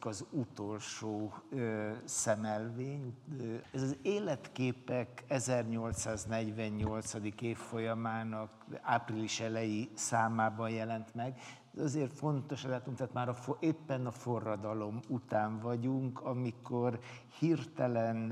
csak az utolsó szemelvény. Ez az Életképek 1848. évfolyamának április elejé számában jelent meg. Ez azért fontos, tehát már éppen a forradalom után vagyunk, amikor hirtelen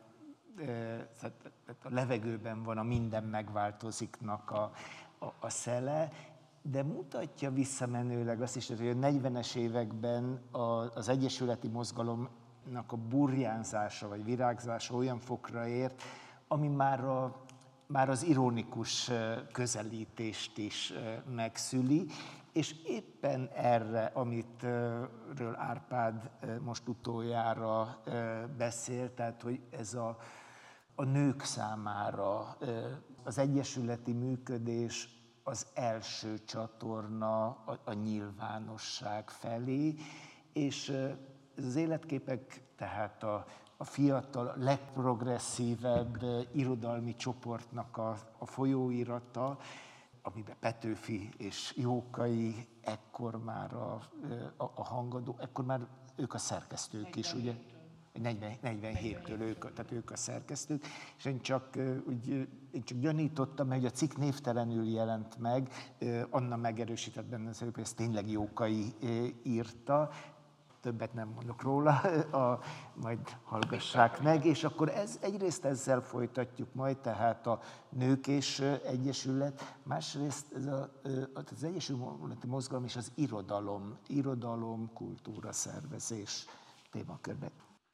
a levegőben van a minden megváltoziknak a szele, de mutatja visszamenőleg azt is, hogy a 40-es években az egyesületi mozgalomnak a burjánzása vagy virágzása olyan fokra ért, ami már az ironikus közelítést is megszüli, és éppen erre, amitről Árpád most utoljára beszélt, tehát hogy ez a nők számára az egyesületi működés az első csatorna a nyilvánosság felé, és ez az Életképek, tehát a fiatal, legprogresszívebb irodalmi csoportnak a folyóirata, amiben Petőfi és Jókai ekkor már a hangadó, ekkor már ők a szerkesztők is, ugye? 47-től tehát ők a szerkesztők, és én csak gyanítottam, hogy a cikk névtelenül jelent meg, Anna megerősített benne, hogy ezt tényleg Jókai írta, többet nem mondok róla, majd hallgassák meg, és akkor egyrészt ezzel folytatjuk majd, tehát a Nők és Egyesület, másrészt az Egyesületi Mozgalom és az irodalom, kultúra, szervezés témakörben.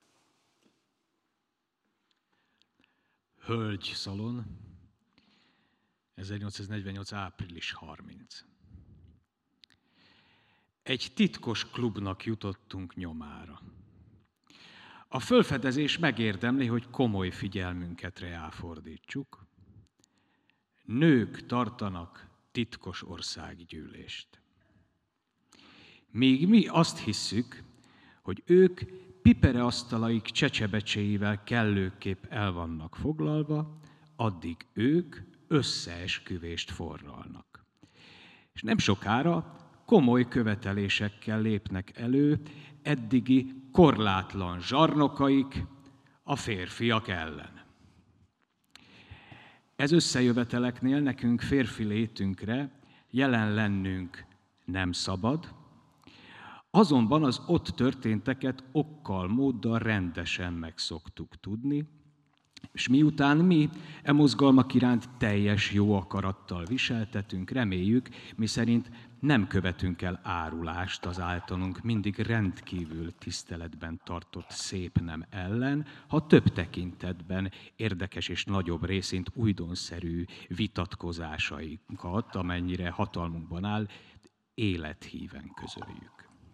Hölgyszalon, 1848. április 30. Egy titkos klubnak jutottunk nyomára. A fölfedezés megérdemli, hogy komoly figyelmünket ráfordítsuk. Nők tartanak titkos országgyűlést. Míg mi azt hisszük, hogy ők pipereasztalaik csecsebecséivel kellőképp el vannak foglalva, addig ők összeesküvést forralnak. És nem sokára komoly követelésekkel lépnek elő eddigi korlátlan zsarnokaik a férfiak ellen. Ez összejöveteleknél nekünk férfi létünkre jelen lennünk nem szabad, azonban az ott történteket okkal, móddal rendesen meg szoktuk tudni, és miután mi e mozgalmak iránt teljes jó akarattal viseltetünk, reméljük, miszerint nem követünk el árulást az általunk mindig rendkívül tiszteletben tartott szép nem ellen, ha több tekintetben érdekes és nagyobb részint újdonszerű vitatkozásainkat, amennyire hatalmunkban áll, élethíven közöljük.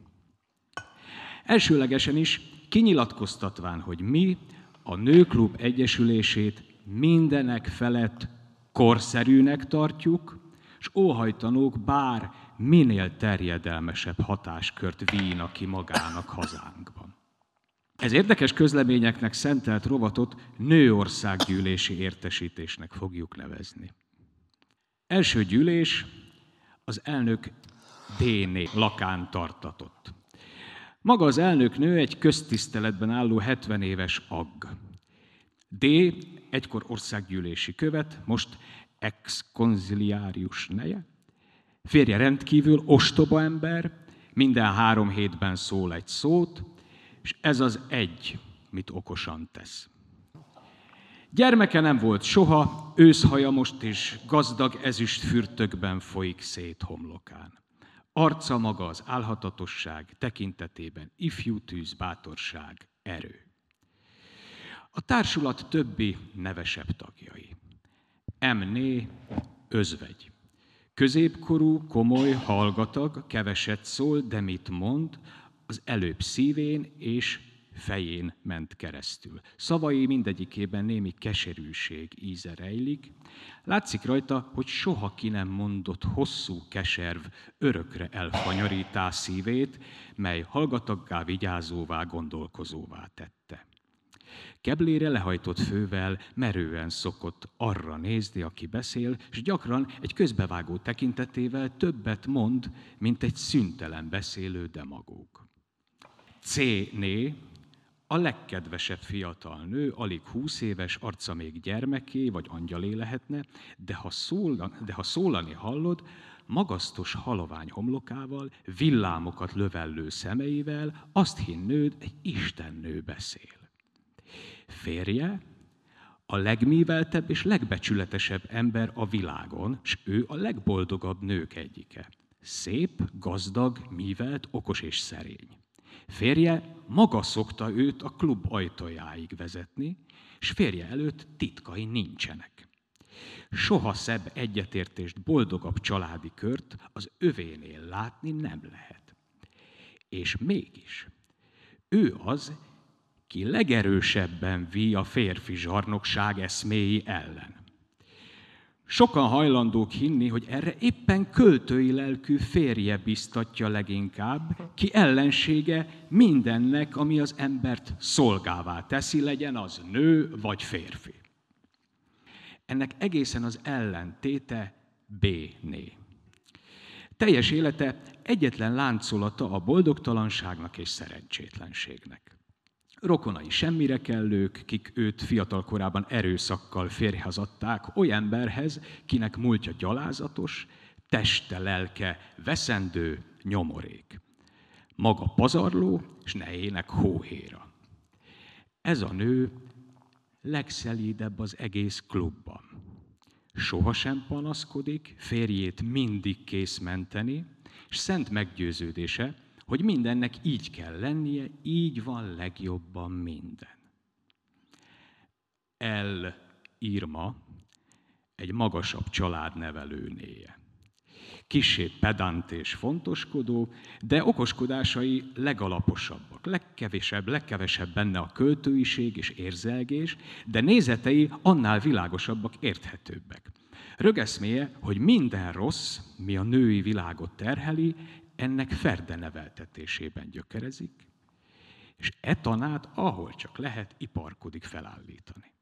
Elsőlegesen is kinyilatkoztatván, hogy mi a Nőklub Egyesülését mindenek felett korszerűnek tartjuk, és óhajtanók bár minél terjedelmesebb hatáskört víjna ki magának hazánkban. Ez érdekes közleményeknek szentelt rovatot nőországgyűlési értesítésnek fogjuk nevezni. Első gyűlés az elnök D-nél lakán tartatott. Maga az elnöknő egy köztiszteletben álló 70 éves agg. D. egykor országgyűlési követ, most ex-konziliárius neje. Férje rendkívül ostoba ember, minden 3 hétben szól egy szót, és ez az egy, mit okosan tesz. Gyermeke nem volt soha, őszhaja most is gazdag ezüstfürtökben folyik szét homlokán. Arca maga az álhatatosság, tekintetében ifjú tűz, bátorság, erő. A társulat többi nevesebb tagjai. M.Né. özvegy. Középkorú, komoly, hallgatag, keveset szól, de mit mond, az előbb szívén és fején ment keresztül. Szavai mindegyikében némi keserűség íze rejlik. Látszik rajta, hogy soha ki nem mondott hosszú keserv örökre elfanyarítá szívét, mely hallgataggá, vigyázóvá, gondolkozóvá tette. Keblére lehajtott fővel merően szokott arra nézni, aki beszél, és gyakran egy közbevágó tekintetével többet mond, mint egy szüntelen beszélő demagóg. C-né a legkedvesebb fiatal nő, alig 20 éves, arca még gyermeké vagy angyalé lehetne, de ha szólani hallod, magasztos halovány homlokával, villámokat lövellő szemeivel, azt hinnőd, egy istennő beszél. Férje a legmíveltebb és legbecsületesebb ember a világon, s ő a legboldogabb nők egyike. Szép, gazdag, mívelt, okos és szerény. Férje maga szokta őt a klub ajtajáig vezetni, és férje előtt titkai nincsenek. Soha szebb egyetértést, boldogabb családi kört az övénél látni nem lehet. És mégis, ő az, ki legerősebben ví a férfi zsarnokság eszméi ellen. Sokan hajlandók hinni, hogy erre éppen költői lelkű férje biztatja leginkább, ki ellensége mindennek, ami az embert szolgává teszi, legyen az nő vagy férfi. Ennek egészen az ellentéte B-né. Teljes élete egyetlen láncolata a boldogtalanságnak és szerencsétlenségnek. Rokonai semmire kellők, kik őt fiatal korában erőszakkal férjhez adták olyan emberhez, kinek múltja gyalázatos, teste, lelke veszendő, nyomorék. Maga pazarló, s nejének hóhéra. Ez a nő legszelídebb az egész klubban. Sohasem panaszkodik, férjét mindig kész menteni, és szent meggyőződése, hogy mindennek így kell lennie, így van legjobban minden. Irma egy magasabb család nevelőnéje. Kissé pedant és fontoskodó, de okoskodásai legalaposabbak, legkevesebb benne a költőiség és érzelgés, de nézetei annál világosabbak, érthetőbbek. Rögeszméje, hogy minden rossz, mi a női világot terheli, ennek ferde neveltetésében gyökerezik, és e tanát, ahol csak lehet, iparkodik felállítani.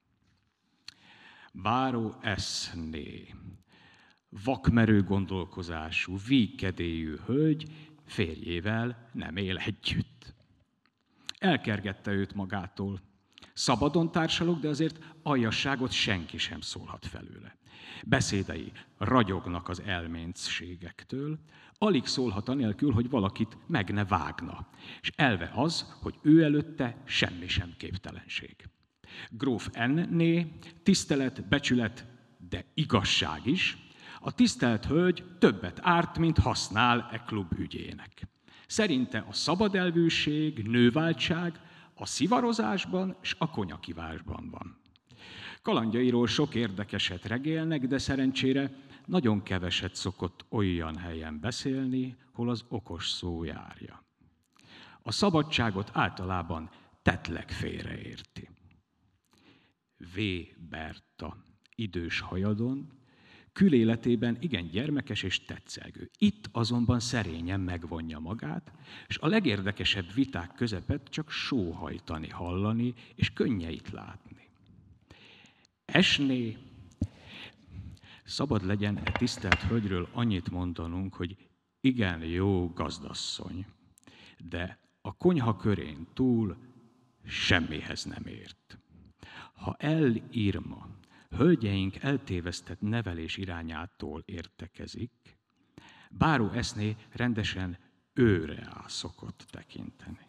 Báró eszné, vakmerő gondolkozású, vígkedélyű hölgy férjével nem él együtt. Elkergette őt magától. Szabadon társalog, de azért aljasságot senki sem szólhat felőle. Beszédei ragyognak az elméncségektől, alig szólhat anélkül, hogy valakit meg ne vágna. És elve az, hogy ő előtte semmi sem képtelenség. Gróf N-né tisztelet, becsület, de igazság is. A tisztelt hölgy többet árt, mint használ e klub ügyének. Szerinte a szabadelvűség, nőváltság a szivarozásban és a konyakivásban van. Kalandjairól sok érdekeset regélnek, de szerencsére nagyon keveset szokott olyan helyen beszélni, hol az okos szó járja. A szabadságot általában tettleg félreérti. V. Berta, idős hajadon, küléletében igen gyermekes és tetszelgő. Itt azonban szerényen megvonja magát, és a legérdekesebb viták közepett csak sóhajtani, hallani, és könnyeit látni. Esné, szabad legyen e tisztelt hölgyről annyit mondanunk, hogy igen jó gazdasszony, de a konyha körén túl semmihez nem ért. Ha Irma hölgyeink eltévesztett nevelés irányától értekezik, báró eszné rendesen őre áll szokott tekinteni.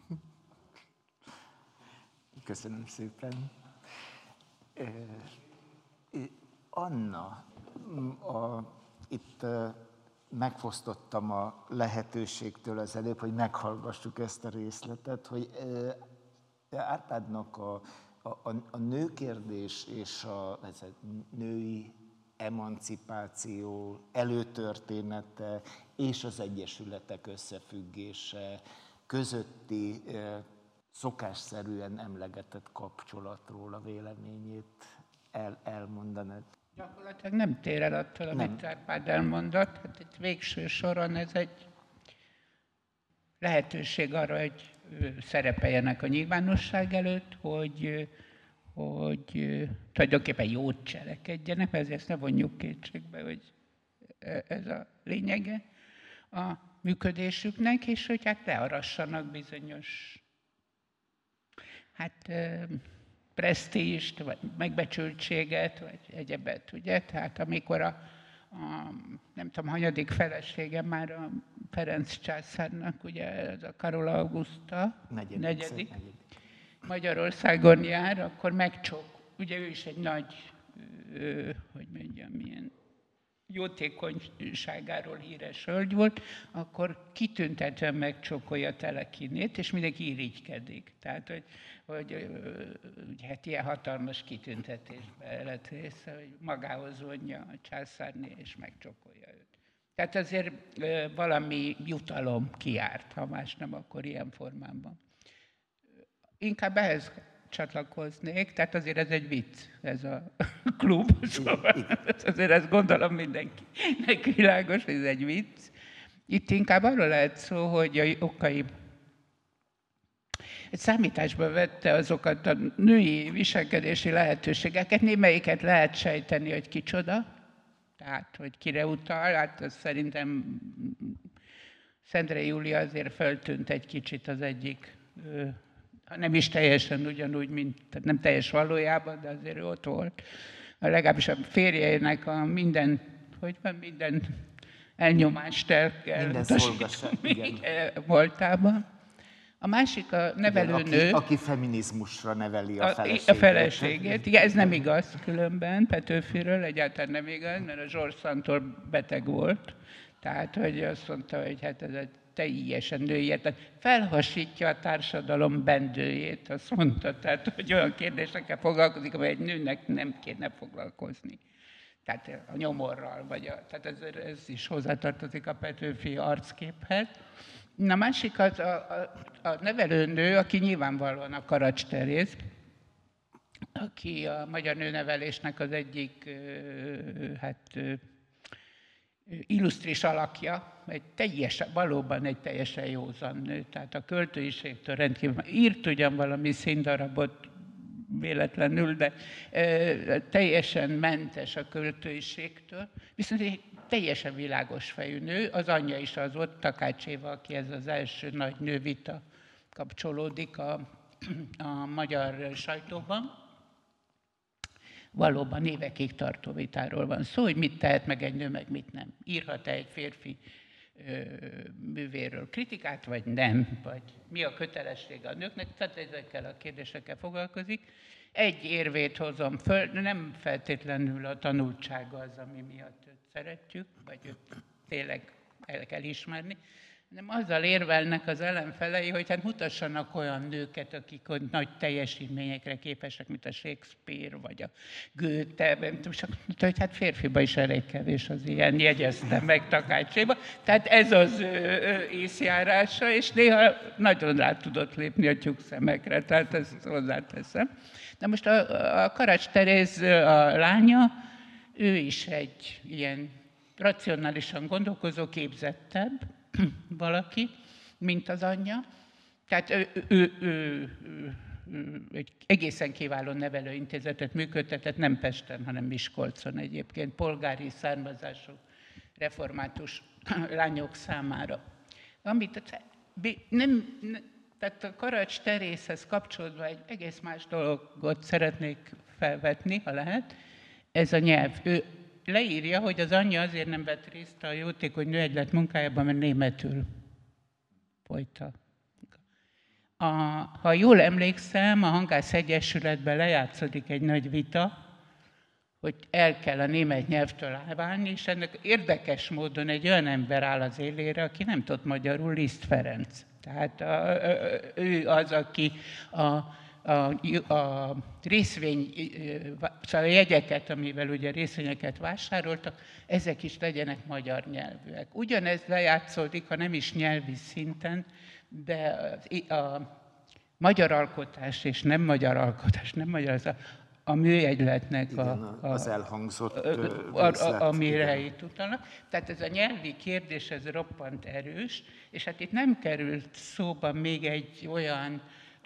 Köszönöm szépen. Anna, itt megfosztottam a lehetőségtől az előbb, hogy meghallgassuk ezt a részletet, hogy Árpádnak a nőkérdés és a női emancipáció előtörténete és az egyesületek összefüggése közötti szokásszerűen emlegetett kapcsolatról a véleményét elmondanád. Gyakorlatilag nem tér el attól, amit Árpád elmondott. Hát itt végső soron ez egy lehetőség arra, hogy szerepeljenek a nyilvánosság előtt, hogy tulajdonképpen jót cselekedjenek, mert ezt ne vonjuk kétségbe, hogy ez a lényege a működésüknek, és hogy hát learassanak bizonyos presztízst, vagy megbecsültséget, vagy egyebet, ugye? Tehát amikor a nem tudom, hanyadik felesége már a Ferenc császárnak, ugye ez a Karola Auguszta, negyedik. Magyarországon jár, akkor ugye ő is egy nagy, hogy mondjam, milyen jótékonyságáról híres hölgy volt, akkor kitüntetően megcsókolja Telekinét, és mindenki irigykedik. Tehát, hogy hát ilyen hatalmas kitüntetésben lett része, hogy magához vonja a császárné, és megcsókolja őt. Tehát azért valami jutalom kiárt, ha más nem, akkor ilyen formában. Inkább ehhez csatlakoznék, tehát azért ez egy vicc, ez a klub, szóval azért ezt gondolom mindenkinek világos, hogy ez egy vicc. Itt inkább arról lehet szó, hogy a Okai egy számításba vette azokat a női viselkedési lehetőségeket, némelyiket lehet sejteni, hogy kicsoda, tehát hogy kire utal, hát az szerintem Szendrei Júlia azért föltűnt egy kicsit az egyik, nem is teljesen ugyanúgy, tehát nem teljes valójában, de azért ő ott volt. Legalábbis a férjeinek a minden elnyomást voltában. A másik a nevelőnő. Aki feminizmusra neveli a feleségét. A feleségét. Igen, ez nem igaz különben Petőfiről, egyáltalán nem igaz, mert a Zsors Szantor beteg volt. Tehát, hogy azt mondta, hogy hát ez egy teljesen női, tehát felhasítja a társadalom bendőjét, azt mondta, tehát, hogy olyan kérdésekkel foglalkozik, amely egy nőnek nem kéne foglalkozni. Tehát a nyomorral, tehát ez is hozzátartozik a Petőfi arcképhez. A másik az a nevelőnő, aki nyilvánvalóan a Karacs Teréz, aki a magyar nőnevelésnek az egyik illusztris alakja, valóban egy teljesen józan nő, tehát a költőiségtől rendkívül. Írt ugyan valami színdarabot véletlenül, de teljesen mentes a költőiségtől, viszont egy teljesen világos fejű nő, az anyja is az volt, Takács Éva, aki ez az első nagy nővita kapcsolódik a magyar sajtóban. Valóban évekig tartó vitáról van szó, hogy mit tehet meg egy nő, meg mit nem. Írhat-e egy férfi művéről kritikát, vagy nem, vagy mi a kötelessége a nőknek, tehát ezekkel a kérdésekkel foglalkozik. Egy érvét hozom föl, nem feltétlenül a tanultsága az, ami miatt őt szeretjük, vagy őt tényleg el kell ismerni, hanem azzal érvelnek az ellenfelei, hogy hát mutassanak olyan nőket, akik nagy teljesítményekre képesek, mint a Shakespeare, vagy a Goethe, csak hogy hát férfiba is elég kevés az ilyen, jegyezte meg Takácséba. Tehát ez az észjárása, és néha nagyon rá tudott lépni a tyúkszemekre, tehát ezt hozzáteszem. De most a Karacs Teréz a lánya, ő is egy ilyen racionálisan gondolkozó, képzettebb valaki, mint az anyja. Tehát ő egy egészen kiváló nevelőintézetet működtetett, nem Pesten, hanem Miskolcon egyébként, polgári származású református lányok számára. Tehát a Karacs Terézhez kapcsolódva egy egész más dolgot szeretnék felvetni, ha lehet, ez a nyelv. Ő leírja, hogy az anyja azért nem vett részt a jótékony nőegylet munkájában, mert németül folyta. Ha jól emlékszem, a Hangász Egyesületben lejátszódik egy nagy vita, hogy el kell a német nyelvtől elválni, és ennek érdekes módon egy olyan ember áll az élére, aki nem tudott magyarul, Liszt Ferenc. Tehát ő az, aki a részvény, szóval a jegyeket, amivel ugye részvényeket vásároltak, ezek is legyenek magyar nyelvűek. Ugyanez lejátszódik, ha nem is nyelvi szinten, de a magyar alkotás és nem magyar alkotás, nem magyar, az a műegyletnek az elhangzott amire itt utalnak. Tehát ez a nyelvi kérdés, ez roppant erős, és hát itt nem került szóba még egy olyan,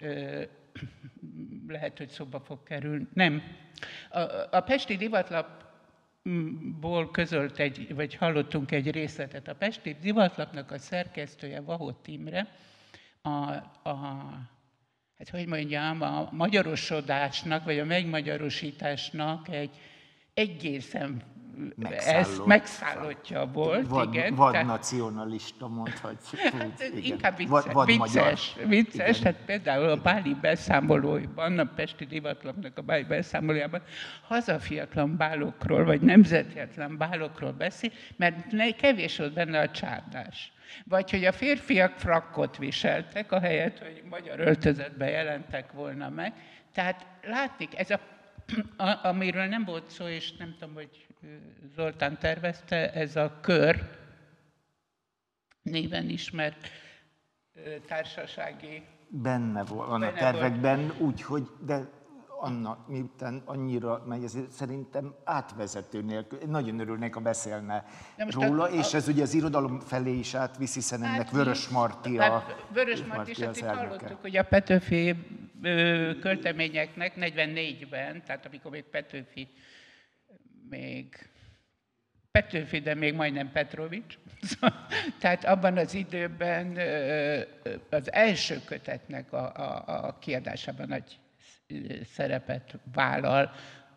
lehet, hogy szóba fog kerülni, nem. A Pesti Divatlapból közölt vagy hallottunk egy részletet. A Pesti Divatlapnak a szerkesztője, Vahot Imre, a hát hogy mondjam, a magyarosodásnak, vagy a megmagyarosításnak egy egészen megszállottja volt, igen. Vadnacionalista mondhatjuk. Inkább vicces. Hát például a báli beszámolóiban, a Pesti Divatlapnak a báli beszámolójában hazafiatlan bálokról, vagy nemzetietlen bálokról beszél, mert kevés volt benne a csárdás. Vagy hogy a férfiak frakkot viseltek, ahelyett, hogy magyar öltözetben jelentek volna meg. Tehát látni, ez amiről nem volt szó, és nem tudom, hogy Zoltán tervezte, ez a Kör néven ismert társasági... Benne van a tervekben, úgyhogy, de Anna, miután annyira megy, ezért szerintem átvezető nélkül. Nagyon örülnék, ha beszélne róla, és ez ugye az irodalom felé is átvisz, hiszen ennek Vörös Marti Vörös Marti, és itt hallottuk, hogy a Petőfi költeményeknek 44-ben, tehát amikor még Petőfi, de még majdnem Petrovics. Tehát abban az időben az első kötetnek a kiadásában nagy szerepet vállal,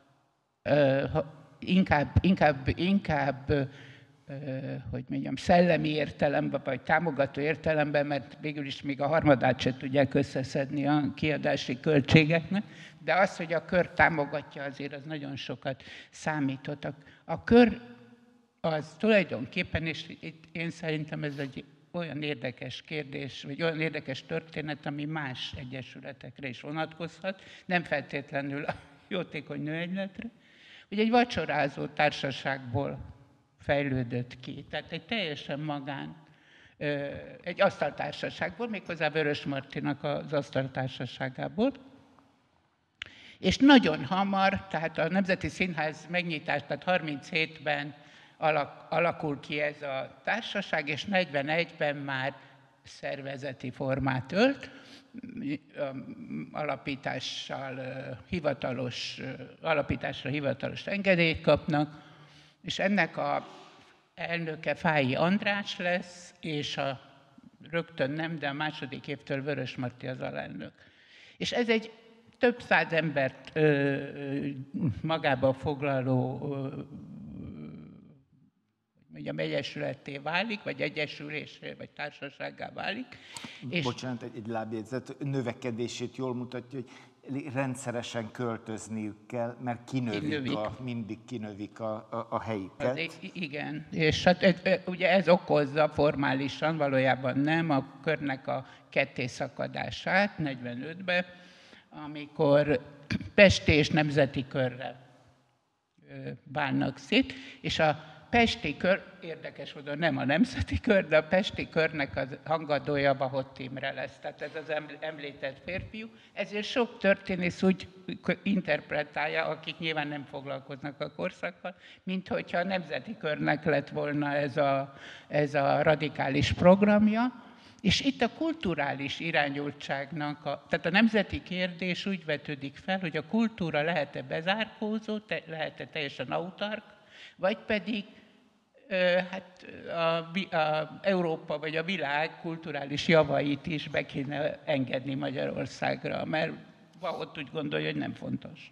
inkább hogy mondjam, szellemi értelemben, vagy támogató értelemben, mert végül is még a harmadát se tudják összeszedni a kiadási költségeknek, de az, hogy a Kör támogatja, azért az nagyon sokat számított. A Kör az tulajdonképpen, és itt én szerintem ez egy olyan érdekes kérdés, vagy olyan érdekes történet, ami más egyesületekre is vonatkozhat, nem feltétlenül a Jótékony Nőegyletre, hogy egy vacsorázó társaságból fejlődött ki. Tehát egy teljesen magán, egy asztaltársaságból, méghozzá Vörös Martinak az asztaltársaságából. És nagyon hamar, tehát a Nemzeti Színház megnyitás, tehát 37-ben alakul ki ez a társaság, és 41-ben már szervezeti formát ölt, alapításra hivatalos engedélyt kapnak, és ennek a elnöke Fáy András lesz, és rögtön nem, de a második évtől Vörös Marti az alelnök. És ez egy több száz embert magába foglaló egyesületté válik, vagy egyesülésre, vagy társasággá válik. Bocsánat, egy lábjegyzet, növekedését jól mutatja, hogy rendszeresen költözniük kell, mert mindig kinövik a helyiket. Igen, és hát ugye ez okozza formálisan, valójában nem, a Körnek a kettészakadását 45-ben, amikor Pesti és Nemzeti Körre válnak szét, és a Pesti Kör, érdekes módon nem a Nemzeti Kör, de a Pesti Körnek az hangadója Vahott Imre lesz, tehát ez az említett férfiú. Ezért sok történész úgy interpretálja, akik nyilván nem foglalkoznak a korszakkal, mint hogyha a Nemzeti Körnek lett volna ez a radikális programja. És itt a kulturális irányultságnak, tehát a nemzeti kérdés úgy vetődik fel, hogy a kultúra lehet-e bezárkózó, lehet-e teljesen autark, vagy pedig hát a Európa vagy a világ kulturális javait is be kéne engedni Magyarországra, mert ott úgy gondolja, hogy nem fontos.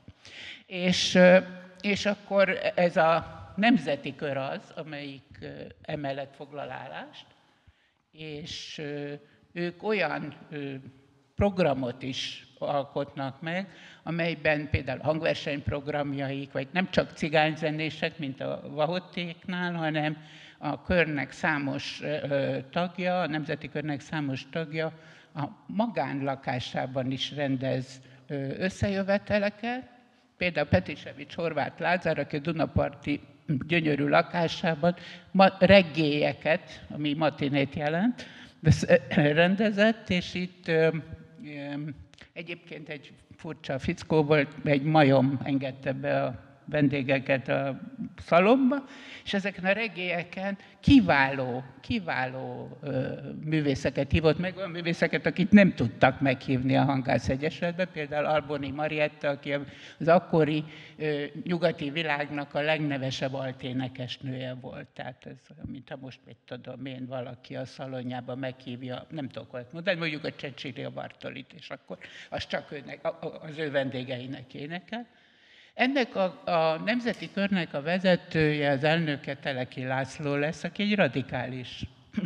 És akkor ez a Nemzeti Kör az, amelyik emellett foglal állást, és ők olyan programot is alkotnak meg, amelyben például hangversenyprogramjaik, vagy nem csak cigányzenések, mint a Vahottéknál, hanem a Körnek számos tagja, a Nemzeti Körnek számos tagja a magánlakásában is rendez összejöveteleket. Például Petisevics Horváth Lázár, aki a Dunaparti gyönyörű lakásában reggélyeket, ami matinét jelent, rendezett, és itt egyébként egy furcsa fickó volt, egy majom engedte be a vendégeket a szalomba, és ezeken a regélyeken kiváló művészeket hívott meg, olyan művészeket, akit nem tudtak meghívni a Hangász Egyesületbe, például Alboni Marietta, aki az akkori nyugati világnak a legnevesebb alténekesnője volt. Tehát ez, mintha most mit tudom én, valaki a szalonjába meghívja, nem tudok olyat mondani, mondjuk a Cecilia Bartolit, és akkor az csak az ő vendégeinek énekel. Ennek a nemzeti körnek a vezetője, az elnöke Teleki László lesz, aki egy radikális,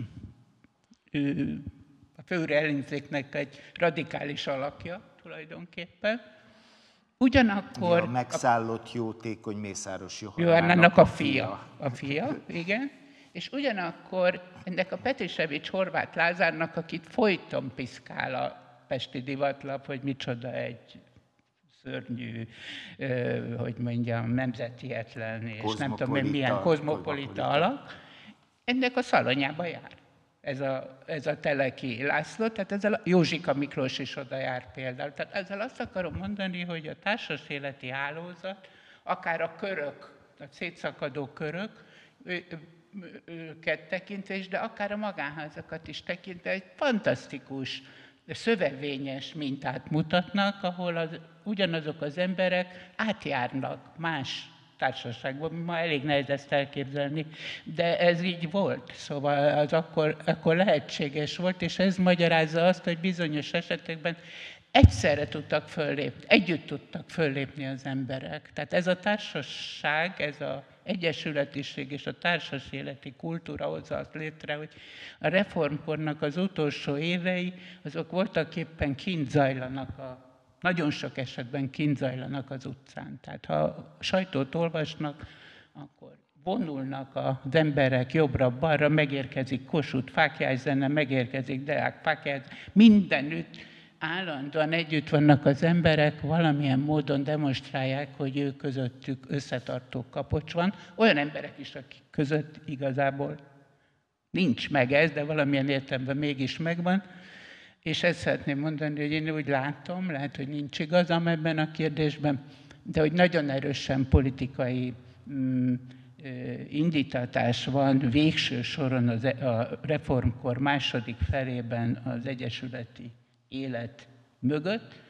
a főúri ellenzéknek egy radikális alakja tulajdonképpen. Ugyanakkor... A megszállott jótékony Mészáros Johannának a fia. A fia, igen. És ugyanakkor ennek a Petisevics Horváth Lázárnak, akit folyton piszkál a Pesti Divatlap, hogy micsoda egy szörnyű, hogy mondjam, nemzetietlen, és nem tudom én milyen kozmopolita alak, ennek a szalonyába jár. Ez a Teleki László, tehát ezzel a Józsika Miklós is oda jár például. Tehát ezzel azt akarom mondani, hogy a társaséleti hálózat, akár a körök, a szétszakadó körök, őket tekintve is, de akár a magánházakat is tekintve egy fantasztikus, szövevényes mintát mutatnak, ahol ugyanazok az emberek átjárnak más társaságban. Ma elég nehéz ezt elképzelni, de ez így volt. Szóval az akkor lehetséges volt, és ez magyarázza azt, hogy bizonyos esetekben egyszerre tudtak föllépni, együtt tudtak föllépni az emberek. Tehát ez a társaság, ez az egyesületiség és a társaséleti kultúra hozza azt létre, hogy a reformkornak az utolsó évei, azok voltaképpen kint zajlanak, nagyon sok esetben kint zajlanak az utcán. Tehát ha a sajtót olvasnak, akkor vonulnak az emberek jobbra-balra, megérkezik Kossuth fáklyászene, megérkezik Deák fáklyász, mindenütt állandóan együtt vannak az emberek, valamilyen módon demonstrálják, hogy ő közöttük összetartó kapocs van. Olyan emberek is, akik között igazából nincs meg ez, de valamilyen értelemben mégis megvan. És ezt szeretném mondani, hogy én úgy látom, lehet, hogy nincs igazam ebben a kérdésben, de hogy nagyon erősen politikai indítatás van végső soron a reformkor második felében az egyesületi élet mögött,